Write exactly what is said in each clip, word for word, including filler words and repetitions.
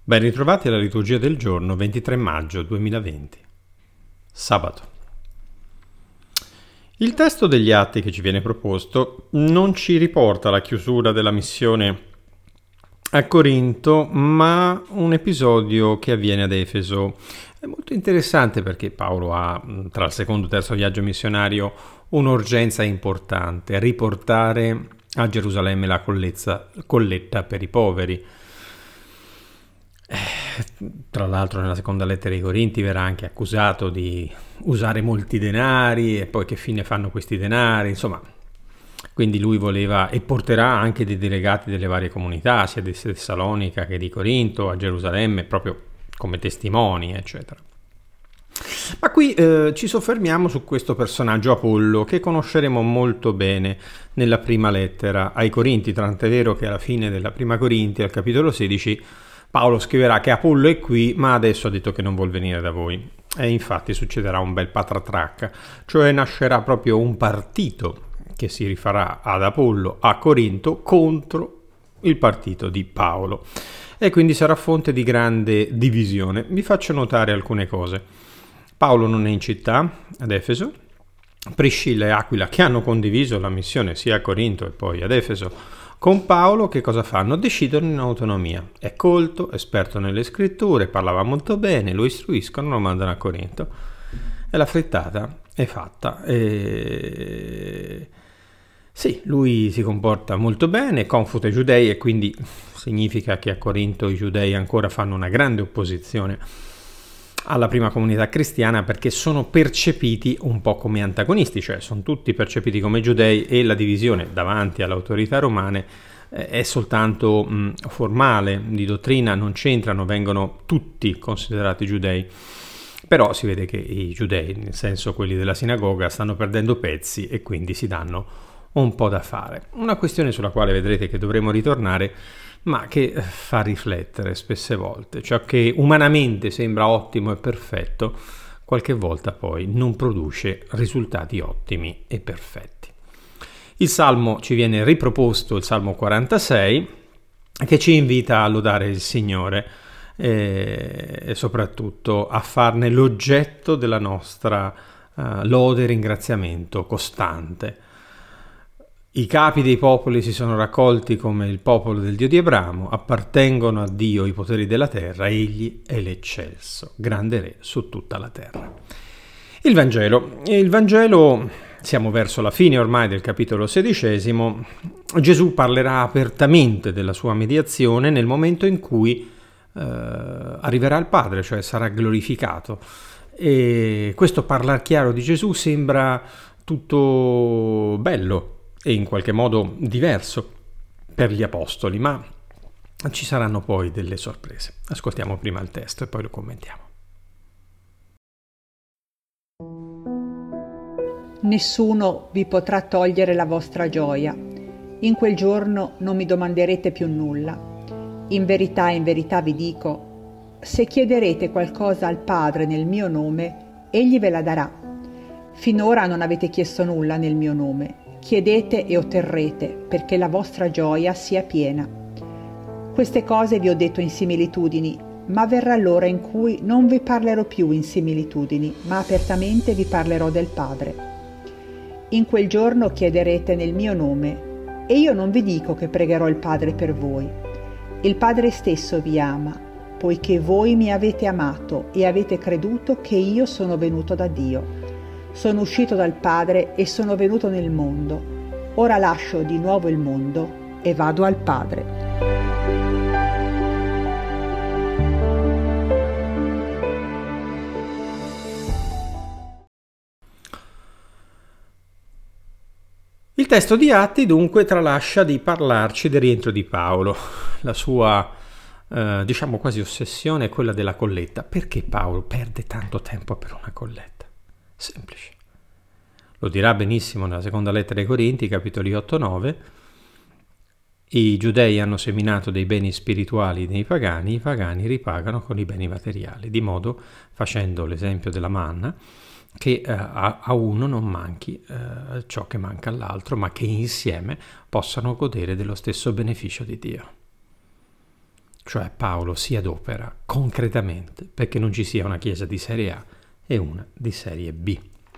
Ben ritrovati alla liturgia del giorno ventitré maggio duemilaventi, sabato. Il testo degli Atti che ci viene proposto non ci riporta alla chiusura della missione a Corinto, ma un episodio che avviene ad Efeso. È molto interessante perché Paolo ha, tra il secondo e il terzo viaggio missionario, un'urgenza importante: riportare a Gerusalemme la collezza, colletta per i poveri. Tra l'altro nella seconda lettera ai Corinti verrà anche accusato di usare molti denari e poi che fine fanno questi denari, insomma. Quindi lui voleva e porterà anche dei delegati delle varie comunità, sia di Tessalonica che di Corinto, a Gerusalemme, proprio come testimoni, eccetera. Ma qui eh, ci soffermiamo su questo personaggio Apollo, che conosceremo molto bene nella prima lettera ai Corinti, tant'è vero che alla fine della prima Corinti, al capitolo sedici, Paolo scriverà che Apollo è qui, ma adesso ha detto che non vuol venire da voi. E infatti succederà un bel patratracca, cioè nascerà proprio un partito che si rifarà ad Apollo a Corinto contro il partito di Paolo. E quindi sarà fonte di grande divisione. Vi faccio notare alcune cose. Paolo non è in città, ad Efeso. Priscilla e Aquila, che hanno condiviso la missione sia a Corinto e poi ad Efeso, con Paolo che cosa fanno? Decidono in autonomia. È colto, esperto nelle scritture, parlava molto bene, lo istruiscono, lo mandano a Corinto. E la frittata è fatta. E... Sì, lui si comporta molto bene, confuta i giudei e quindi significa che a Corinto i giudei ancora fanno una grande opposizione alla prima comunità cristiana perché sono percepiti un po' come antagonisti, cioè sono tutti percepiti come giudei e la divisione davanti alle autorità romane eh, è soltanto mh, formale, di dottrina non c'entrano, vengono tutti considerati giudei. Però si vede che i giudei, nel senso quelli della sinagoga, stanno perdendo pezzi e quindi si danno un po' da fare. Una questione sulla quale vedrete che dovremo ritornare, ma che fa riflettere spesse volte. Ciò che umanamente sembra ottimo e perfetto, qualche volta poi non produce risultati ottimi e perfetti. Il Salmo ci viene riproposto, il Salmo quarantasei, che ci invita a lodare il Signore e, e soprattutto a farne l'oggetto della nostra uh, lode e ringraziamento costante. I capi dei popoli si sono raccolti come il popolo del Dio di Abramo, appartengono a Dio i poteri della terra, egli è l'eccelso, grande re su tutta la terra. Il Vangelo. Il Vangelo, siamo verso la fine ormai del capitolo sedicesimo, Gesù parlerà apertamente della sua mediazione nel momento in cui eh, arriverà al Padre, cioè sarà glorificato. E questo parlare chiaro di Gesù sembra tutto bello e in qualche modo diverso per gli apostoli, ma ci saranno poi delle sorprese. Ascoltiamo prima il testo e poi lo commentiamo. Nessuno vi potrà togliere la vostra gioia. In quel giorno non mi domanderete più nulla. In verità, in verità vi dico, se chiederete qualcosa al Padre nel mio nome, egli ve la darà. Finora non avete chiesto nulla nel mio nome. Chiedete e otterrete, perché la vostra gioia sia piena. Queste cose vi ho detto in similitudini, ma verrà l'ora in cui non vi parlerò più in similitudini, ma apertamente vi parlerò del Padre. In quel giorno chiederete nel mio nome, e io non vi dico che pregherò il Padre per voi. Il Padre stesso vi ama, poiché voi mi avete amato e avete creduto che io sono venuto da Dio. Sono uscito dal Padre e sono venuto nel mondo. Ora lascio di nuovo il mondo e vado al Padre. Il testo di Atti dunque tralascia di parlarci del rientro di Paolo. La sua, eh, diciamo quasi ossessione è quella della colletta. Perché Paolo perde tanto tempo per una colletta? Semplice. Lo dirà benissimo nella seconda lettera ai Corinti, capitoli otto nove. I giudei hanno seminato dei beni spirituali nei pagani, i pagani ripagano con i beni materiali, di modo, facendo l'esempio della manna, che eh, a, a uno non manchi eh, ciò che manca all'altro, ma che insieme possano godere dello stesso beneficio di Dio. cioè Paolo si adopera concretamente perché non ci sia una chiesa di serie A e una di serie B.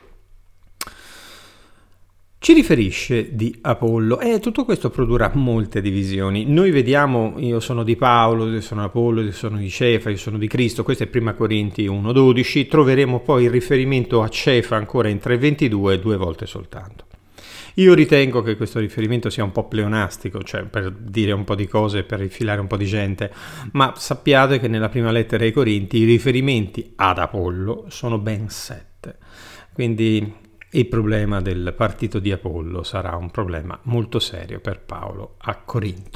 Ci riferisce di Apollo e tutto questo produrrà molte divisioni. Noi vediamo, io sono di Paolo, io sono Apollo, io sono di Cefa, io sono di Cristo, questo è prima Corinti uno dodici, troveremo poi il riferimento a Cefa ancora in tre ventidue due volte soltanto. Io ritengo che questo riferimento sia un po' pleonastico, cioè per dire un po' di cose, per infilare un po' di gente, ma sappiate che nella prima lettera ai Corinti i riferimenti ad Apollo sono ben sette, quindi il problema del partito di Apollo sarà un problema molto serio per Paolo a Corinto.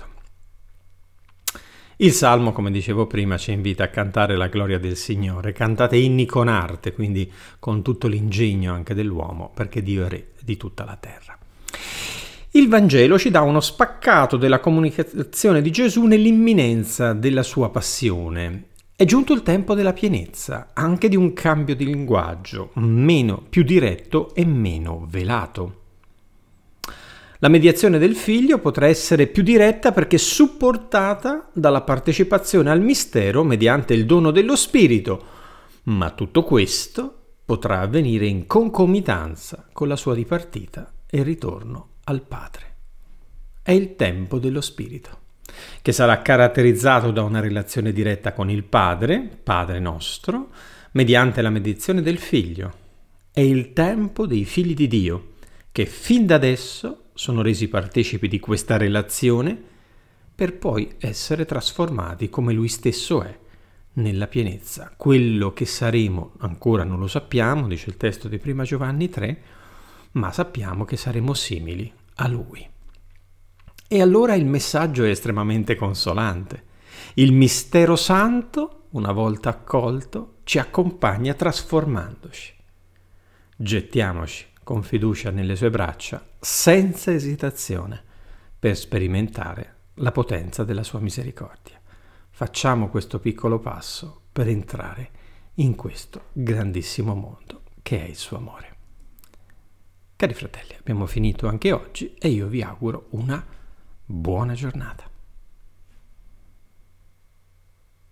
Il Salmo, come dicevo prima, ci invita a cantare la gloria del Signore. Cantate inni con arte, quindi con tutto l'ingegno anche dell'uomo, perché Dio è re di tutta la terra. Il Vangelo ci dà uno spaccato della comunicazione di Gesù nell'imminenza della sua passione. È giunto il tempo della pienezza, anche di un cambio di linguaggio, meno più diretto e meno velato. La mediazione del Figlio potrà essere più diretta perché supportata dalla partecipazione al mistero mediante il dono dello Spirito, ma tutto questo potrà avvenire in concomitanza con la sua dipartita e ritorno al Padre. È il tempo dello Spirito, che sarà caratterizzato da una relazione diretta con il Padre, Padre nostro, mediante la mediazione del Figlio. È il tempo dei figli di Dio, che fin da adesso sono resi partecipi di questa relazione per poi essere trasformati come Lui stesso è, nella pienezza. Quello che saremo ancora non lo sappiamo, dice il testo di prima Giovanni tre, ma sappiamo che saremo simili a Lui. E allora il messaggio è estremamente consolante. Il mistero santo, una volta accolto, ci accompagna trasformandoci. Gettiamoci con fiducia nelle sue braccia, senza esitazione, per sperimentare la potenza della sua misericordia. Facciamo questo piccolo passo per entrare in questo grandissimo mondo che è il suo amore. Cari fratelli, abbiamo finito anche oggi e io vi auguro una buona giornata.